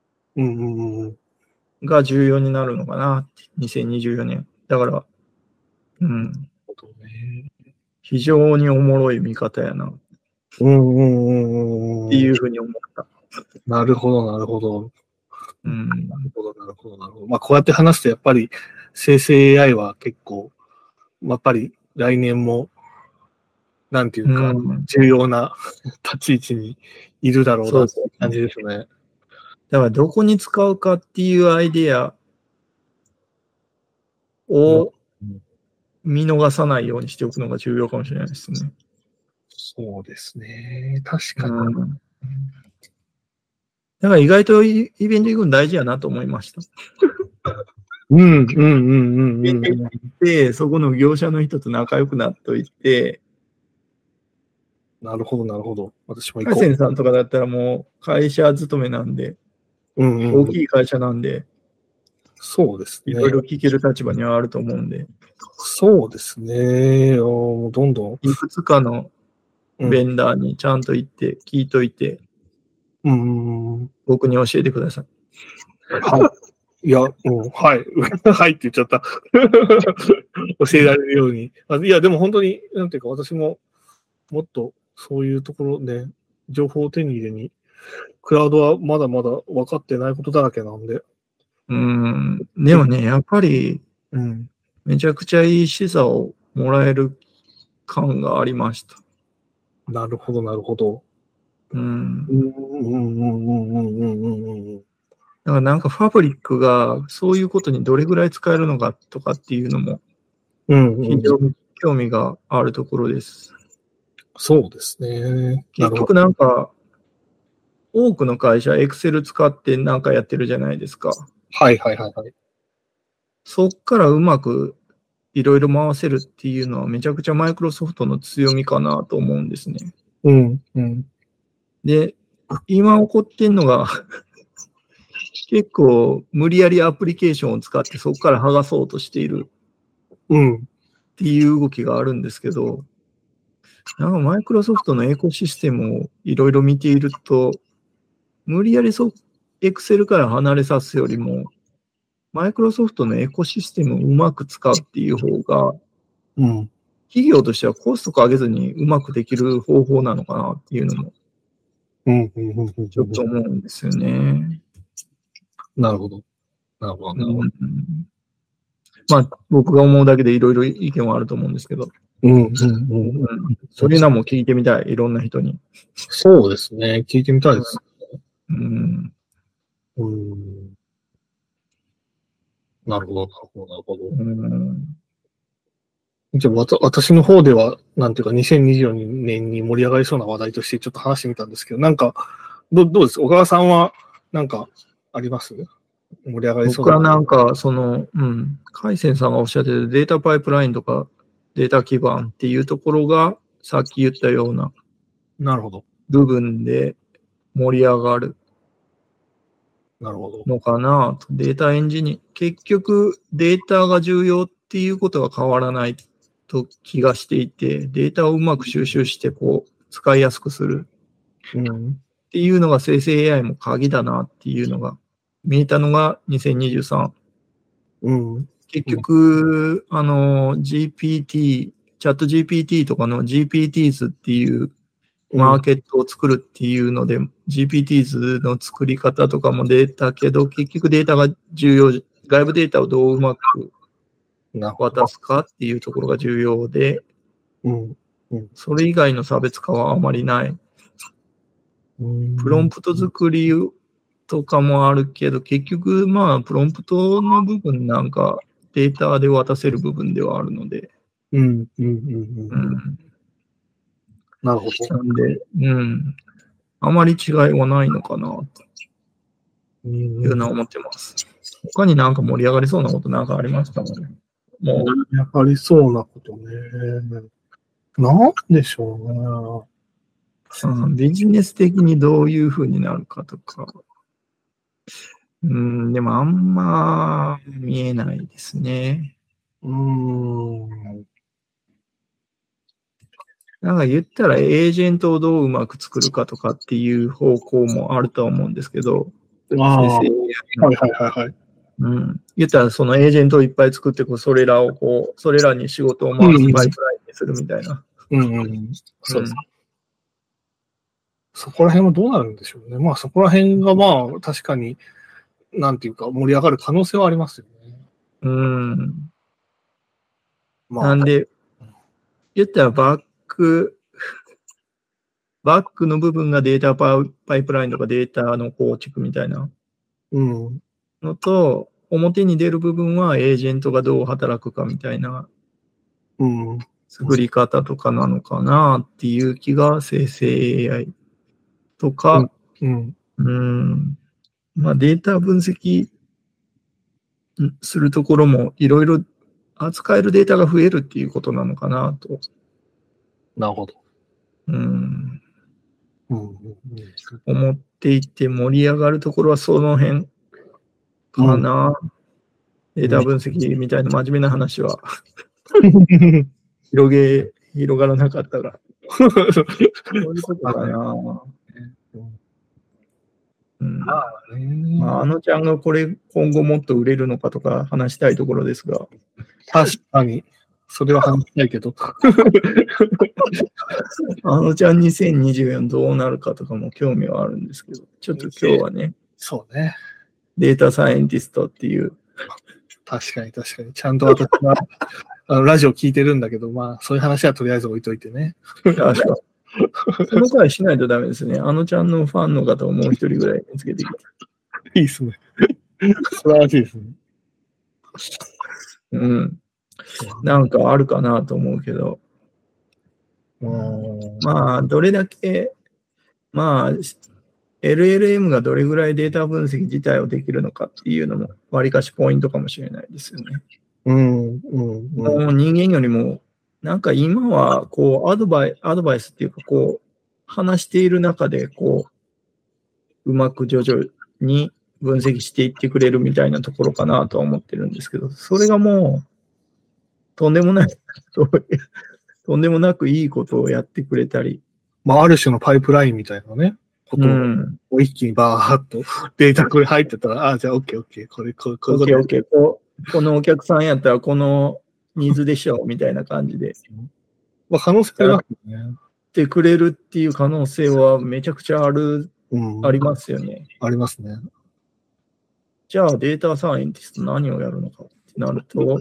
が重要になるのかなってにせんにじゅうよねん。だから、うん。非常におもろい見方やな。 うんうんうんうん。 っていうふうに思った。 なるほど、なるほど。うん。なるほど、なるほど、なるほど。まあ、こうやって話すと、やっぱり生成 エーアイ は結構、やっぱり来年も、なんていうか、うん、重要な立ち位置にいるだろうなって感じですね。 だから、どこに使うかっていうアイデアを見逃さないようにしておくのが重要かもしれないですね。 そうですね。確かに。うん、 だから意外とイベント行くの大事やなと思いました。 うん、うん、うん、うん。うんで、そこの業者の人と仲良くなっといて、 なるほど、なるほど。私も行こう。海鮮さんとかだったらもう会社勤めなんで、うんうん、大きい会社なんで、 そうですね。 いろいろ聞ける立場にはあると思うんで。 そうですね。どんどん。 いくつかのベンダーにちゃんと言って聞いといて、 うん、 僕に教えてください。 はい。いや、うん、はい。はいって言っちゃった。教えられるように。いや、でも本当に、なんていうか、私ももっとそういうところで、情報を手に入れに、クラウドはまだまだ分かってないことだらけなんで。 うん、でもね、やっぱり、うん、めちゃくちゃいい視座をもらえる感がありました。 なるほど、なるほど。 うん。 うん、うん、うん、うん、うん、うん、うん。 だからなんかファブリックがそういうことにどれぐらい使えるのかとかっていうのも、非常に興味があるところです。 そうですね。 結局なんか、多くの会社、Excel 使ってなんかやってるじゃないですか。 はいはいはいはい。 そっからうまくいろいろ回せるっていうのはめちゃくちゃマイクロソフトの強みかなと思うんですね。 うんうん。 で、今起こってんのが結構無理やりアプリケーションを使ってそこから剥がそうとしているっていう動きがあるんですけど、なんかマイクロソフトのエコシステムをいろいろ見ていると、無理やりそう、Excel から離れさすよりも、マイクロソフトのエコシステムをうまく使うっていう方が、 うん、 企業としてはコストかけずにうまくできる方法なのかなっていうのも、ちょっと思うんですよね。 なるほど。なるほど。うん、 まあ、僕が思うだけでいろいろ意見はあると思うんですけど、 うんうんうん、 そういうのも聞いてみたい、いろんな人に。 そうですね、聞いてみたいです。 うん。 うん、なるほど、なるほど、なるほど。うんじゃあ、わた、私の方では、なんていうか、にせんにじゅうよねんに盛り上がりそうな話題としてちょっと話してみたんですけど、なんか、どどうです小川さんは、なんか、あります盛り上がりそうな。僕はなんか、その、うん、海鮮さんがおっしゃってるデータパイプラインとか、データ基盤っていうところが、さっき言ったような、 なるほど。 部分で盛り上がる。 なるほど。 のかなと。データエンジニア、結局、データが重要っていうことは変わらないと気がしていて、データをうまく収集して、こう、使いやすくする。うん、っていうのが生成 エーアイ も鍵だなっていうのが見えたのがにせんにじゅうさん。うん、結局、あの、ジーピーティー、チャット ジーピーティー とかの ジーピーティーズ っていうマーケットを作るっていうので、うん、ジーピーティーズ の作り方とかも出たけど、結局データが重要、外部データをどううまく渡すかっていうところが重要で、うんうん、それ以外の差別化はあまりない。プロンプト作りとかもあるけど、結局、まあ、プロンプトの部分なんかデータで渡せる部分ではあるので。うん、うん、うん、うん。 なるほど。 なんで、うん。あまり違いはないのかなと。 いうのを思ってます。他になんか盛り上がりそうなことなんかありましたもんね。もう。 盛り上がりそうなことね。なんでしょうね、うん。ビジネス的にどういうふうになるかとか。うん、でもあんま見えないですね。 うーん。 なんか言ったらエージェントをどううまく作るかとかっていう方向もあるとは思うんですけど、 ああ、はいはいはいはい。 うん。言ったらそのエージェントをいっぱい作ってこう、それらをこう、それらに仕事を回すパイプラインにするみたいな。 うん、うん、そうです。そこら辺はどうなるんでしょうね。まあそこら辺がまあ確かに、なんていうか盛り上がる可能性はありますよね。 うん。 まあ、 なんで、言ったらバック、バックの部分がデータパイプラインとかデータの構築みたいなのと、うん、表に出る部分はエージェントがどう働くかみたいな作り方とかなのかなっていう気が生成 エーアイ とか、うん、うん、まあデータ分析するところもいろいろ扱えるデータが増えるっていうことなのかなと。 なるほど。 うん。思っていて盛り上がるところはその辺かな。うん、データ分析みたいな真面目な話は広げ、広がらなかったが。そういうことかな。うん、あ, まあ、あのちゃんがこれ今後もっと売れるのかとか話したいところですが。 確かに。それは話したいけど。 あのちゃんにせんにじゅうよんどうなるかとかも興味はあるんですけど、ちょっと今日はね、 そうね。 データサイエンティストっていう。 確かに確かに。ちゃんと私はあのラジオ聞いてるんだけど、まあそういう話はとりあえず置いといてね。 確かに。そのくらいしないとダメですね。あのちゃんのファンの方をもう一人ぐらい見つけてきて。いいっすね。素晴らしいですね。 うん。なんかあるかなと思うけど。まあ、どれだけ、まあ、エルエルエム がどれぐらいデータ分析自体をできるのかっていうのも、わりかしポイントかもしれないですよね。 うん、うん、 もう人間よりも、なんか今は、こう、アドバイ、アドバイスっていうか、こう、話している中で、こう、うまく徐々に分析していってくれるみたいなところかなとは思ってるんですけど、それがもう、とんでもない、とんでもなくいいことをやってくれたり。 まあ、ある種のパイプラインみたいなね、ことを一気にバーっとデータこれ入ってたら、ああ、じゃあ オーケーオーケー、これ、これ、これ。 オーケーオーケー、ここのお客さんやったらこのニーズでしょうみたいな感じで。 まあ、可能性ありますね。 ってくれるっていう可能性はめちゃくちゃある、うん、ありますよね。 ありますね。 じゃあデータサイエンティスト何をやるのかってなると、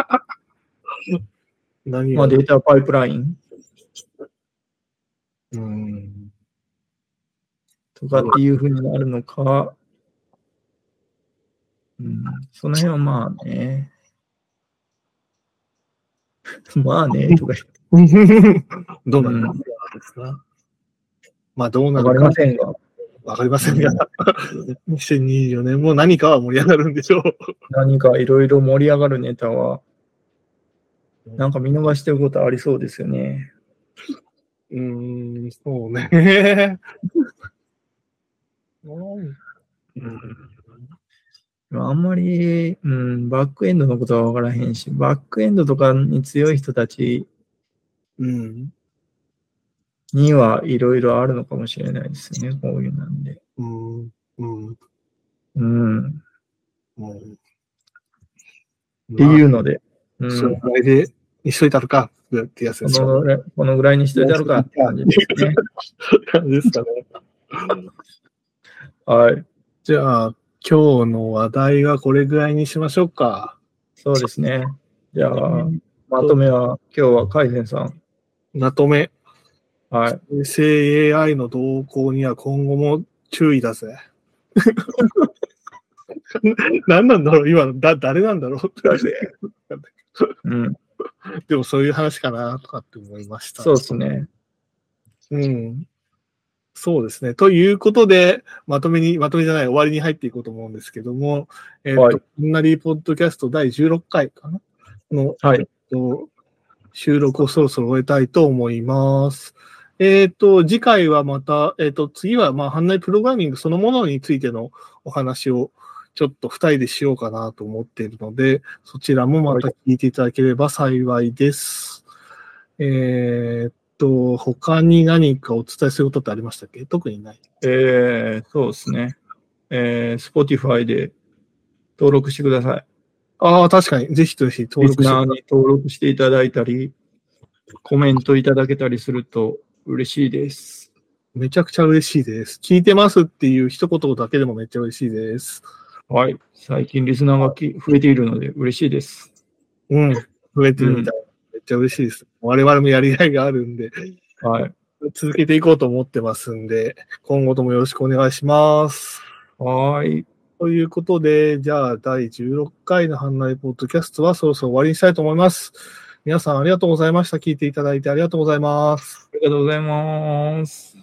何まあデータパイプライン、うん、とかっていうふうになるのか、うん、その辺はまあね。まあね、とか言って。 どうなるかですか、うん、まあどうなるか。 わかりませんが。 わかりませんが。にせんにじゅうよねんも何かは盛り上がるんでしょう。 何かいろいろ盛り上がるネタは、なんか見逃してることありそうですよね。 うーん、そうね。うんあんまり、うん、バックエンドのことは分からへんし、バックエンドとかに強い人たちにはいろいろあるのかもしれないですね、こういうなんで。うん。うん。うん。っていうので。 うん、それぐらいでにしといたるかってやつですよね。このぐらいにしといたるかって感じですね。 感じですかね。 はい。 じゃあ、今日の話題はこれぐらいにしましょうか。 そうですね。じゃあ、まとめは、今日は海鮮さん。 まとめ。 はい。 生成 エーアイ の動向には今後も注意だぜ。何なんだろう今の、だ、誰なんだろううん。でもそういう話かなとかって思いました。 そうですね。 うん。 そうですね。ということで、まとめに、まとめじゃない、終わりに入っていこうと思うんですけども、えっ、ー、と、はい、んなりポッドキャストだいじゅうろっかいかなの、はい、えっと、収録をそろそろ終えたいと思います。えっ、ー、と、次回はまた、えっ、ー、と、次は、まあ、班内プログラミングそのものについてのお話をちょっと二人でしようかなと思っているので、そちらもまた聞いていただければ幸いです。はい、えっと、他に何かお伝えすることってありましたっけ？特にない。 えー、そうですね。えー、Spotify で登録してください。 ああ、確かに。ぜひぜひ登録して。 リスナーに登録していただいたり、コメントいただけたりすると嬉しいです。 めちゃくちゃ嬉しいです。聞いてますっていう一言だけでもめっちゃ嬉しいです。 はい。最近リスナーがき増えているので嬉しいです。 うん。増えてるみたい。うん、めっちゃ嬉しいです。我々もやりがいがあるんで。 はい。 続けていこうと思ってますんで、今後ともよろしくお願いします。 はい。 ということで、じゃあ、だいじゅうろっかいの班内ポッドキャストはそろそろ終わりにしたいと思います。皆さんありがとうございました。聞いていただいてありがとうございます。 ありがとうございます。